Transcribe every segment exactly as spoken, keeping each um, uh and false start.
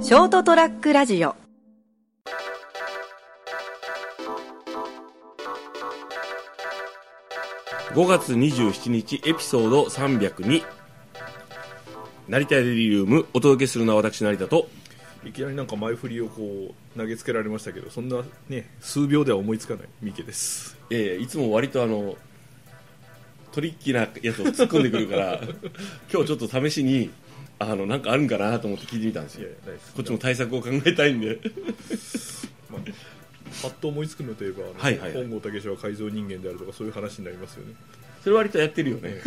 ショートトラックラジオ。 ごがつにじゅうしちにちエピソードさんびゃくに、成田デリリウム、お届けするのは私成田と。 いきなりなんか前振りをこう投げつけられましたけど、そんなね数秒では思いつかない三池です。 いやいや、いつも割とあのトリッキーなやつを突っ込んでくるから今日ちょっと試しにあのなんかあるんかなと思って聞いてみたんですよ。いやいや、こっちも対策を考えたいんでまあ、パッと思いつくのといえば、はいはいはい、本郷武史は改造人間であるとかそういう話になりますよね。 それ割とやってるよね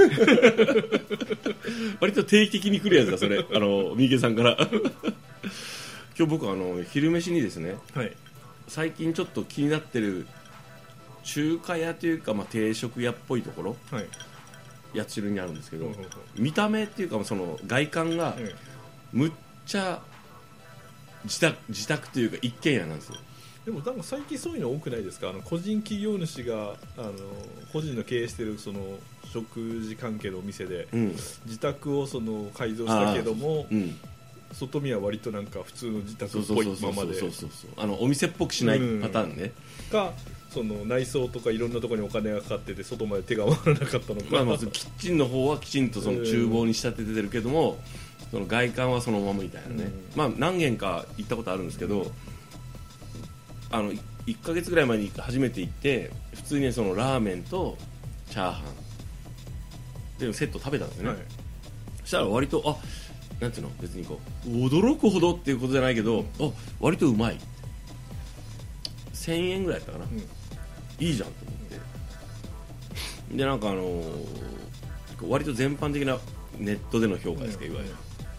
割と定期的に来るやつだそれ、あの三池さんから今日僕あの昼飯にですね、はい、最近ちょっと気になってる中華屋というか、まあ、定食屋っぽいところ、はい、八代にあるんですけど、はいはいはい、見た目っていうかその外観がむっちゃ自宅、自宅というか一軒家なんですよ。 でもなんか最近そういうの多くないですか。あの個人企業主があの個人の経営しているその食事関係のお店で、うん、自宅をその改造したけども、うん、外見は割となんか普通の自宅っぽいままで、 あのお店っぽくしないパターンね、 うん、かその内装とかいろんなところにお金がかかってて外まで手が回らなかったのか、 まあ、まずキッチンの方はきちんとその厨房に仕立ててるけども、その外観はそのままみたいなね、うん、まあ何軒か行ったことあるんですけど、あのいっかげつぐらい前に初めて行って普通にそのラーメンとチャーハンでセット食べたんですね、はい、そしたら割とあなんていうの別にこう驚くほどっていうことじゃないけど、あ割とうまい、せんえんぐらいだったかな、うん、いいじゃんと思ってでなんかあのー、割と全般的なネットでの評価ですか、うん、いわゆる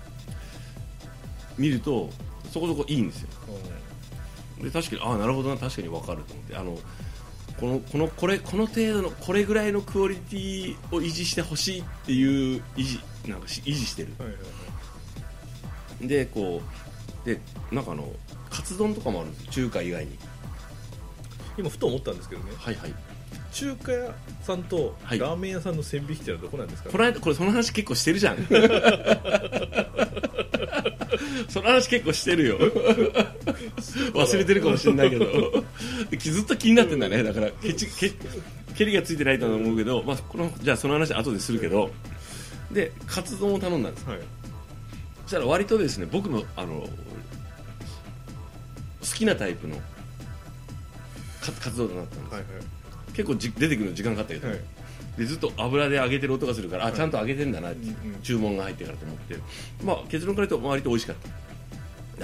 見るとそこそこいいんですよ、うん、で確かにああなるほどな確かに分かると思って、あのこのこのこれこの程度のこれぐらいのクオリティを維持してほしいっていう維持なんか維持してる、はいはいはい、でこうでなんかあのカツ丼とかもあるんですよ、中華以外に。 今ふと思ったんですけどね、はいはい、中華屋さんとラーメン屋さんの線引きってのはどこなんですか、ね、 これこれその話結構してるじゃんその話結構してるよ忘れてるかもしれないけどずっと気になってんだね。だからケチケ蹴りがついてないと思うけど、まあ、このじゃあその話後でするけど、でカツ丼を頼んだんです、はい、そしたら割とですね僕のあの好きなタイプのカツ丼だったんです、はいはい、結構じ出てくるの時間かかったけど、はい、でずっと油で揚げてる音がするから、はい、あちゃんと揚げてんだなって、はい、注文が入ってからと思って、まあ、結論から言うと割と美味しかった。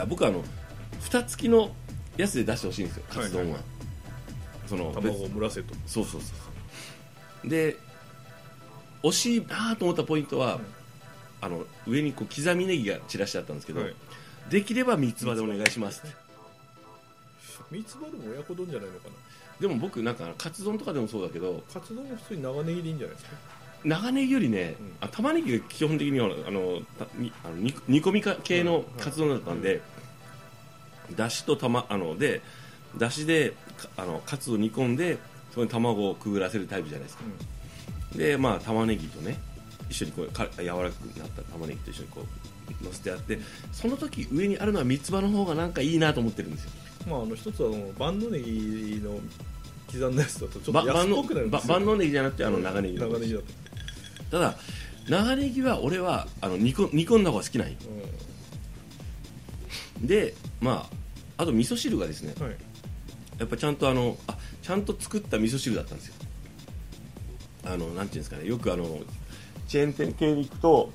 僕はあの蓋付きのやつで出してほしいんですよ、カツ丼は、はいはい、その卵を蒸らせと。 そうそうそうで惜しいなと思ったポイントは、はい、あの上にこう刻みネギが散らしてあったんですけど、はい、できれば三つ葉でお願いしますって。 三つ葉でも親子丼じゃないのかな。 でも僕なんかカツ丼とかでもそうだけど、 カツ丼も普通に長ネギでいいんじゃないですか。 長ネギよりね、うん、あ玉ねぎが基本的にはあのにあの煮込み系のカツ丼だったんで、はいはい、だしと玉あのでだしであのカツを煮込んでそこに卵をくぐらせるタイプじゃないですか、うん、でまあ玉ねぎとね一緒にこうか柔らかくなった玉ねぎと一緒にこう乗せてあって、その時上にあるのは三つ葉の方がなんかいいなと思ってるんですよ。 まあ、あの一つは万能ネギの刻んだやつだとちょっと安っぽくなるんですよ。 万能ネギじゃなくてあの長ネギの長ネギだと。 ただ長ネギは俺はあの煮込、煮込んだ方が好きない、うん、でまああと味噌汁がですね、はい、やっぱちゃんとあのあちゃんと作った味噌汁だったんですよ。あのなんていうんですかね、よくあのチェーン店系に行くと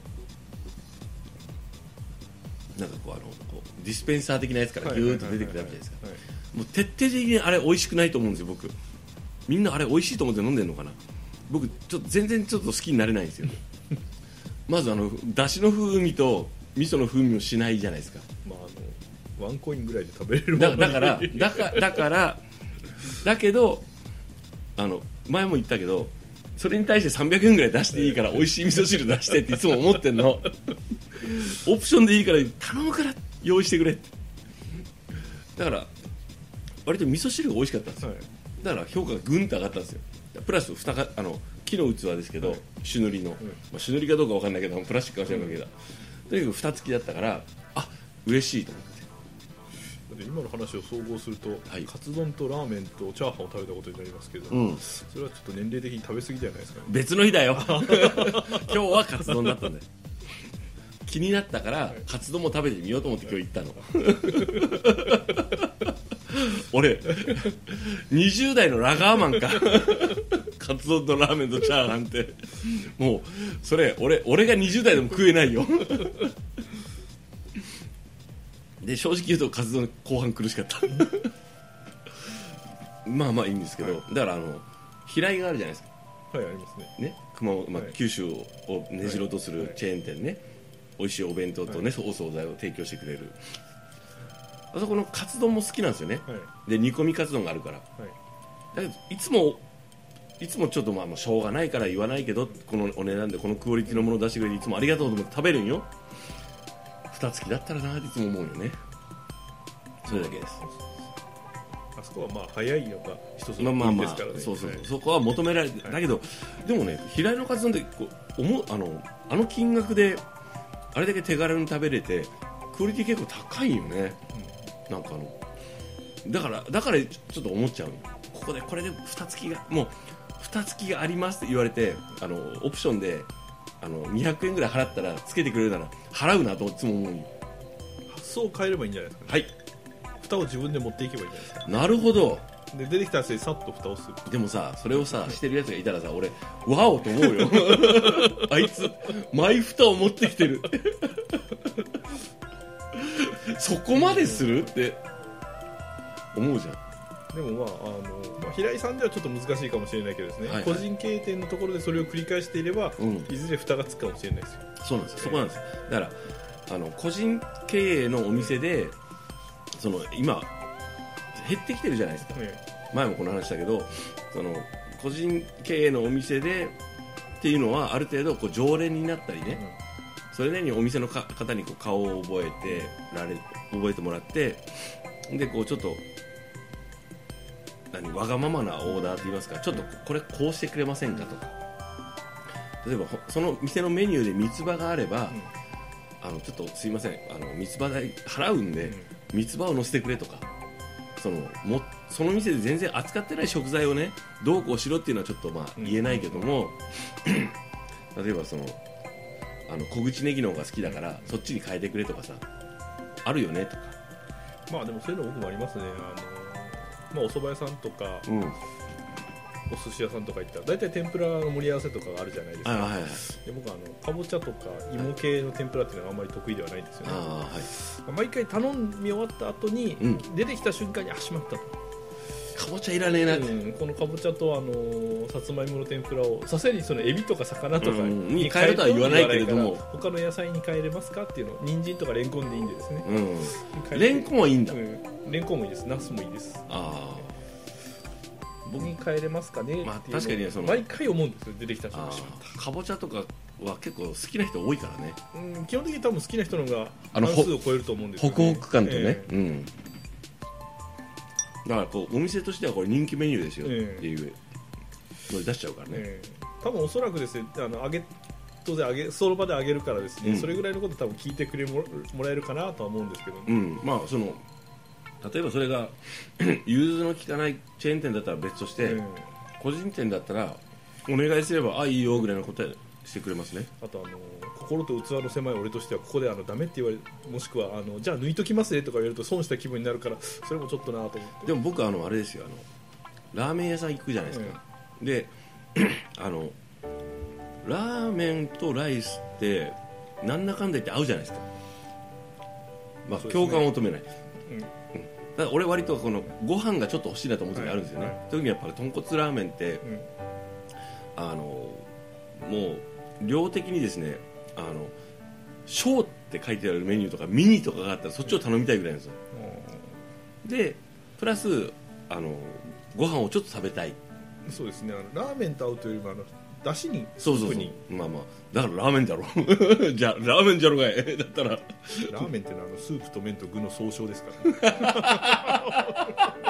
なんかこうあのこうディスペンサー的なやつからギューッと出てくるわけじゃないですか。もう徹底的にあれ美味しくないと思うんですよ僕。みんなあれ美味しいと思って飲んでるのかな。僕ちょっと全然ちょっと好きになれないんですよまずあのだしの風味と味噌の風味をしないじゃないですか。 まああのワンコインぐらいで食べれるものだだからだかだからだけどあの前も言ったけどそれに対してさんびゃくえんぐらい出していいから美味しい味噌汁出してっていつも思ってんのオプションでいいから頼むから用意してくれって。だから割と味噌汁が美味しかったんですよ、はい、だから評価がぐんと上がったんですよ。プラス蓋があの木の器ですけど、はい、朱塗りの、はい、まあ、朱塗りかどうか分かんないけどプラスチックかもしれないわけだ、とにかく蓋付きだったからあ嬉しいと思って、 今の話を総合すると、はい、カツ丼とラーメンとチャーハンを食べたことになりますけど、うん、それはちょっと年齢的に食べ過ぎじゃないですか、ね、 別の日だよ今日はカツ丼だったんだよ気になったから、はい、カツ丼も食べてみようと思って今日行ったの俺にじゅう代のラガーマンかカツ丼とラーメンとチャーハンってもうそれ 俺, 俺がにじゅう代でも食えないよで正直言うとカツ丼後半苦しかったまあまあいいんですけど、はい、だからあの平井があるじゃないですか。 はいありますね。 ね熊本、まあはい、九州を根城とするチェーン店ね、はい、美味しいお弁当とね、はい、お惣菜を提供してくれるあそこのカツ丼も好きなんですよね、はい、で煮込みカツ丼があるから、はい、だけどいつもいつもちょっとまあもうしょうがないから言わないけどこのお値段でこのクオリティのものを出してくれていつもありがとうと思って食べるんよ。二月だったらなっていつも思うよね。それだけです。 あそこはまあ早いのが一つの国ですからね。 そうそう、はい、そこは求められて、はい、だけどでもね平井のカツ丼ってこう思うあのあの金額であれだけ手軽に食べれてクオリティ結構高いよね、うん、なんかあのだからだからちょっと思っちゃう。ここでこれで蓋付きがもう蓋付きがありますって言われてあのオプションであのにひゃくえんぐらい払ったらつけてくれるなら払うなといつも思うよ。 発想を変えればいいんじゃないですか、ね、はい蓋を自分で持っていけばいいんじゃないですか。 なるほど。 で出てきたらさっと蓋をする。 でもさそれをさしてるやつがいたらさ俺ワオと思うよあいつマイ蓋を持ってきてるそこまでするって思うじゃん。 でもまああの、まあ、平井さんではちょっと難しいかもしれないけどですね、はいはい、個人経営店のところでそれを繰り返していれば、うん、いずれ蓋がつくかもしれないですよ。 そうなんです、えー、そこなんです。だからあの個人経営のお店でその今減ってきてるじゃないですか、えー、前もこの話したけどその個人経営のお店でっていうのはある程度こう常連になったりね、うん、それなりにお店のか方にこう顔を覚えてられ覚えてもらってでこうちょっと何わがままなオーダーといいますかちょっとこれこうしてくれませんかとか例えばその店のメニューで三つ葉があれば、うん、あのちょっとすいませんあの三つ葉代払うんで、うん、三つ葉を乗せてくれとかそのもその店で全然扱ってない食材をねどうこうしろっていうのはちょっとまあ言えないけども、うん、例えばそのあの小口ネギの方が好きだからそっちに変えてくれとかさあるよねとかまあでもそういうの僕もありますね。あのまあ、お蕎麦屋さんとか、うん、お寿司屋さんとか行ったら大体天ぷらの盛り合わせとかがあるじゃないですか、はいはいはい、で僕はあのかぼちゃとか芋系の天ぷらっていうのはあんまり得意ではないんですよね、あ、はい、毎回頼み終わった後に、うん、出てきた瞬間にあしまったとかぼちゃいらねえなって、 うん、このかぼちゃとあのさつまいもの天ぷらをさすがにそのエビとか魚とかに変えるとは言わないけれども他の野菜に変えれますかっていうのを人参とかレンコンでいいんでですね、 うん、レンコンはいいんだ、うん、 レンコンもいいです、ナスもいいです。あ僕に変えれますかねっていうのを、まあ、確かにその毎回思うんですよ出てきた人がしまったかぼちゃとかは結構好きな人多いからね、 うん、基本的に多分好きな人の方が半数を超えると思うんですよね。 ホクホク感とね、えーうんだからこうお店としてはこれ人気メニューですよっていうので出しちゃうからね、えー、多分おそらくですねあの揚げ当然揚げその場で揚げるからですね、うん、それぐらいのこと多分聞いてくれ も, もらえるかなとは思うんですけど、ねうん、まあその例えばそれが融通の利かないチェーン店だったら別として、えー、個人店だったらお願いすればあいいよぐらいの答えしてくれますね。 あとあの心と器の狭い俺としてはここであのダメって言われもしくはあのじゃあ抜いときますねとか言われると損した気分になるからそれもちょっとなと思って。 でも僕あのあれですよあのラーメン屋さん行くじゃないですか、うん、であのラーメンとライスってなんだかんだ言って合うじゃないですか、まあ、共感を求めない、うんうん、だから俺割とこのご飯がちょっと欲しいなと思う時あるんですよね、はいはい、特にやっぱり豚骨ラーメンって、うん、あのもう量的にですねあの小って書いてあるメニューとかミニとかがあったらそっちを頼みたいぐらいなんですよ、うん、でプラスあのご飯をちょっと食べたい。 そうですねあのラーメンと合うというよりもあのだしにそうそうそうまあまあだからラーメンだろじゃあラーメンじゃろがいだったらラーメンってのはあのスープと麺と具の総称ですから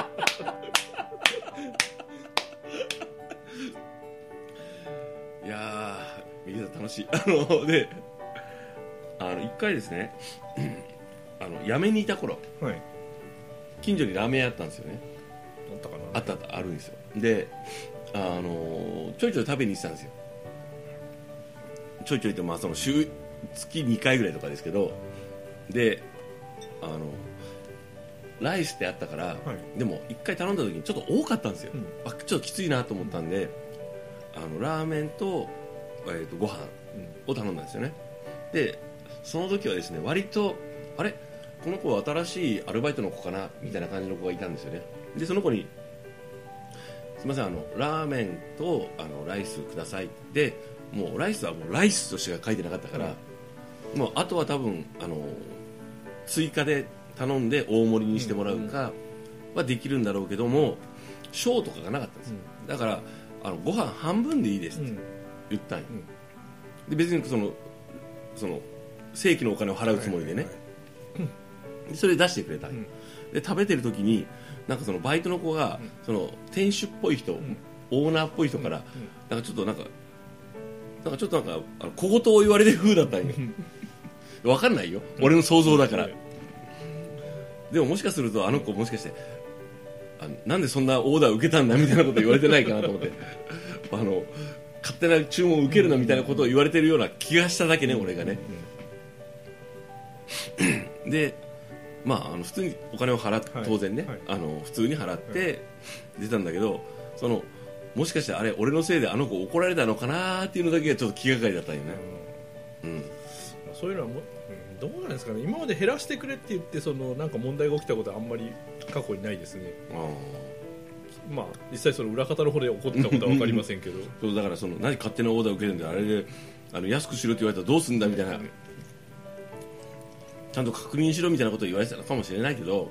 いやー右田楽しいあのであの一回ですねあの辞めにいた頃、はい、 近所にラーメン屋あったんですよね。 あったかな。 あったあったあるんですよ。で、あのちょいちょい食べに行ってたんですよ。ちょいちょいってまあその週月にかいぐらいとかですけど、であのライスってあったから、はい、でもいっかい頼んだ時にちょっと多かったんですよ、うん、あちょっときついなと思ったんで、あのラーメンと、えー、とご飯を頼んだんですよね。でその時はですね、割とあれこの子は新しいアルバイトの子かなみたいな感じの子がいたんですよね。でその子にすみません、あのラーメンとあのライスくださいで、もうライスはもうライスとしか書いてなかったから、うん、もうあとは多分あの追加で頼んで大盛りにしてもらうかはできるんだろうけども、小とかがなかったんですよ。だからあのご飯半分でいいですって言ったんよ。で別にそのその正規のお金を払うつもりでね、でそれ出してくれたんよ。で食べてる時になんかそのバイトの子がその店主っぽい人、オーナーっぽい人からなんかちょっとなんかなんかちょっとなんかあの小言を言われてる風だったんよ。分かんないよ、俺の想像だから。でももしかするとあの子もしかしてあなんでそんなオーダー受けたんだみたいなこと言われてないかなと思ってあの勝手な注文を受けるなみたいなことを言われてるような気がしただけね、俺がね。でまあ、あの普通にお金を払って、当然ね、はいはい、あの普通に払って出たんだけど、そのもしかしてあれ俺のせいであの子怒られたのかなっていうのだけがちょっと気がかりだったんよね、うんうん、 そういうのはも、うん、どうなんですかね。今まで減らしてくれって言ってそのなんか問題が起きたことはあんまり過去にないですね。あ、まあ、実際その裏方の方で起こったことは分かりませんけどそうだからその何勝手なオーダーを受けるんであれであの安くしろって言われたらどうすんだみたいな、ちゃんと確認しろみたいなことを言われてたのかもしれないけど、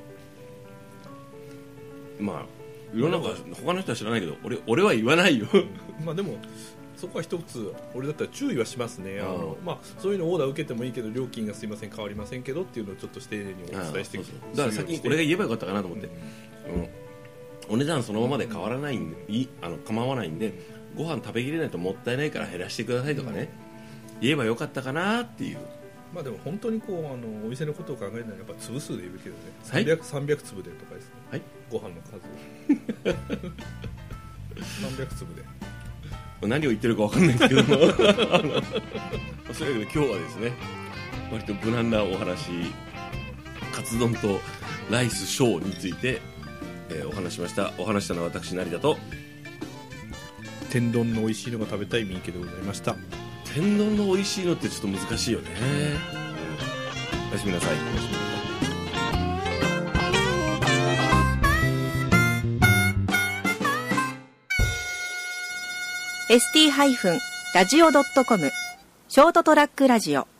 まあ世の中他の人は知らないけど 俺, 俺は言わないよまあでもそこは一つ俺だったら注意はしますね。あの、まあ、そういうのオーダー受けてもいいけど料金がすいません変わりませんけどっていうのをちょっと丁寧にお伝えしてくる。 だから先に俺が言えばよかったかなと思って、うんうん、お値段そのままで変わらないんで、うん、いあの構わないんで、ご飯食べきれないともったいないから減らしてくださいとかね、うん、言えばよかったかなっていう。まあでも本当にこうあのお店のことを考えるのはやっぱ粒数で言うけどね、はい、さんびゃく, さんびゃく粒でとかですね、はい、ご飯の数さんびゃく粒で何を言ってるか分かんないんですけどもそういうわけで今日はですね割と無難なお話、カツ丼とライス小について、えー、お話しました。お話したのは私成田と、 天丼の美味しいのが食べたい三池でございました。 天丼の美味しいのってちょっと難しいよね。おやすみなさい。 エスティー ラジオ ドットコム ショートトラックラジオ